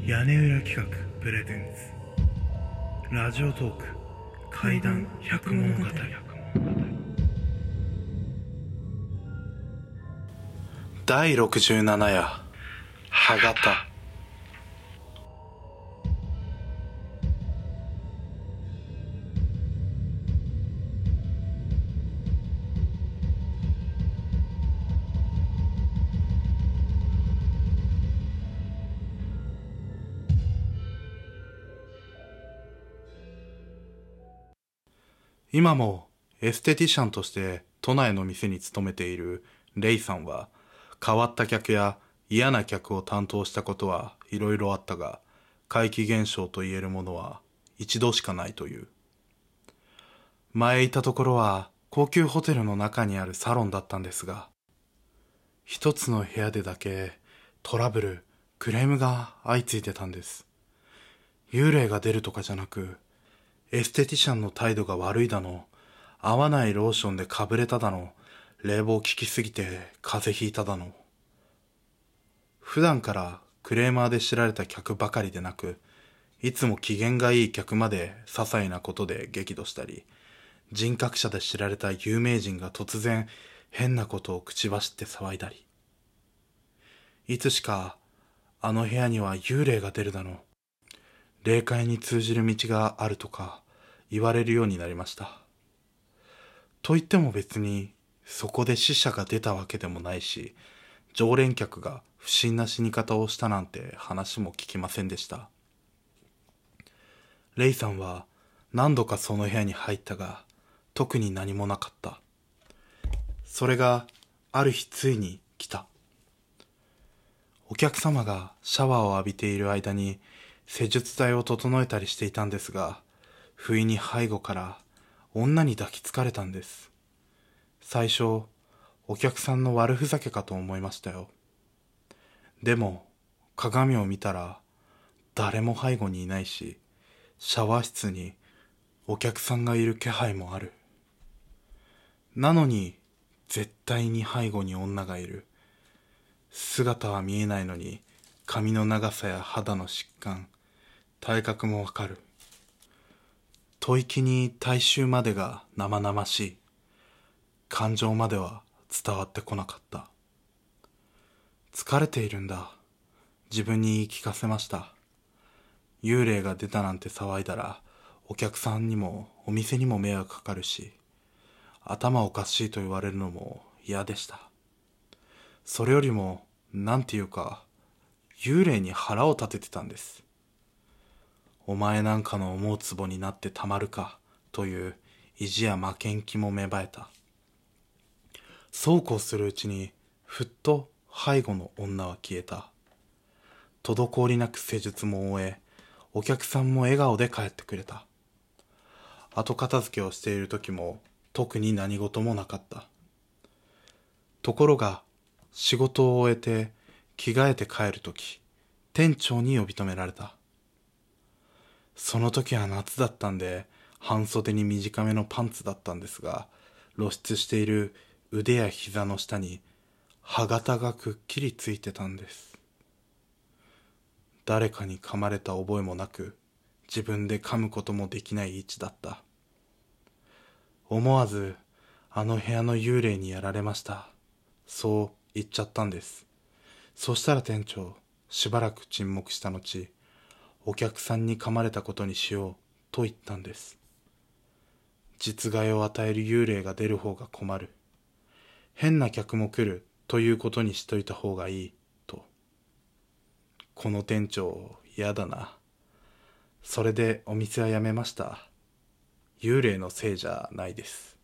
屋根裏企画プレゼンツラジオトーク怪談百物語。 第67夜歯型。今もエステティシャンとして都内の店に勤めているレイさんは、変わった客や嫌な客を担当したことはいろいろあったが、怪奇現象と言えるものは一度しかないという。前いたところは高級ホテルの中にあるサロンだったんですが、一つの部屋でだけトラブル、クレームが相次いでたんです。幽霊が出るとかじゃなく、エステティシャンの態度が悪いだの、合わないローションでかぶれただの、冷房効きすぎて風邪ひいただの。普段からクレーマーで知られた客ばかりでなく、いつも機嫌がいい客まで些細なことで激怒したり、人格者で知られた有名人が突然変なことを口走って騒いだり。いつしか、あの部屋には幽霊が出るだの、霊界に通じる道があるとか言われるようになりました。と言っても別にそこで死者が出たわけでもないし、常連客が不審な死に方をしたなんて話も聞きませんでした。レイさんは何度かその部屋に入ったが、特に何もなかった。それがある日ついに来た。お客様がシャワーを浴びている間に施術剤を整えたりしていたんですが、不意に背後から女に抱きつかれたんです。最初、お客さんの悪ふざけかと思いましたよ。でも、鏡を見たら誰も背後にいないし、シャワー室にお客さんがいる気配もある。なのに、絶対に背後に女がいる。姿は見えないのに、髪の長さや肌の疾患、体格もわかる。吐息に体臭までが生々しい。感情までは伝わってこなかった。疲れているんだ。自分に言い聞かせました。幽霊が出たなんて騒いだら、お客さんにもお店にも迷惑かかるし、頭おかしいと言われるのも嫌でした。それよりも、なんていうか、幽霊に腹を立ててたんです。お前なんかの思うつぼになってたまるか、という意地や負けん気も芽生えた。そうこうするうちに、ふっと背後の女は消えた。滞りなく施術も終え、お客さんも笑顔で帰ってくれた。後片付けをしている時も、特に何事もなかった。ところが、仕事を終えて着替えて帰る時、店長に呼び止められた。その時は夏だったんで、半袖に短めのパンツだったんですが、露出している腕や膝の下に歯型がくっきりついてたんです。誰かに噛まれた覚えもなく、自分で噛むこともできない位置だった。思わず、あの部屋の幽霊にやられました。そう言っちゃったんです。そしたら店長、しばらく沈黙した後、お客さんに噛まれたことにしようと言ったんです。実害を与える幽霊が出る方が困る。変な客も来るということにしといた方がいいと。この店長嫌だな。それでお店は辞めました。幽霊のせいじゃないです。